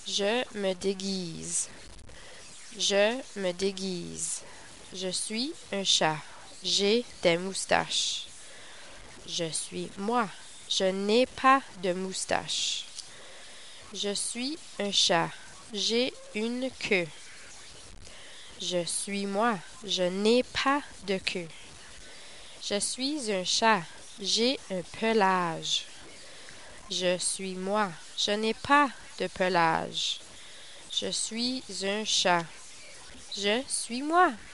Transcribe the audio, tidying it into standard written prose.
Je me déguise. Je me déguise. Je suis un chat. J'ai des moustaches. Je suis moi. Je n'ai pas de moustache. Je suis un chat. J'ai une queue. Je suis moi. Je n'ai pas de queue. Je suis un chat. J'ai un pelage. Je suis moi. Je n'ai pas de pelage. Je suis un chat. Je suis moi.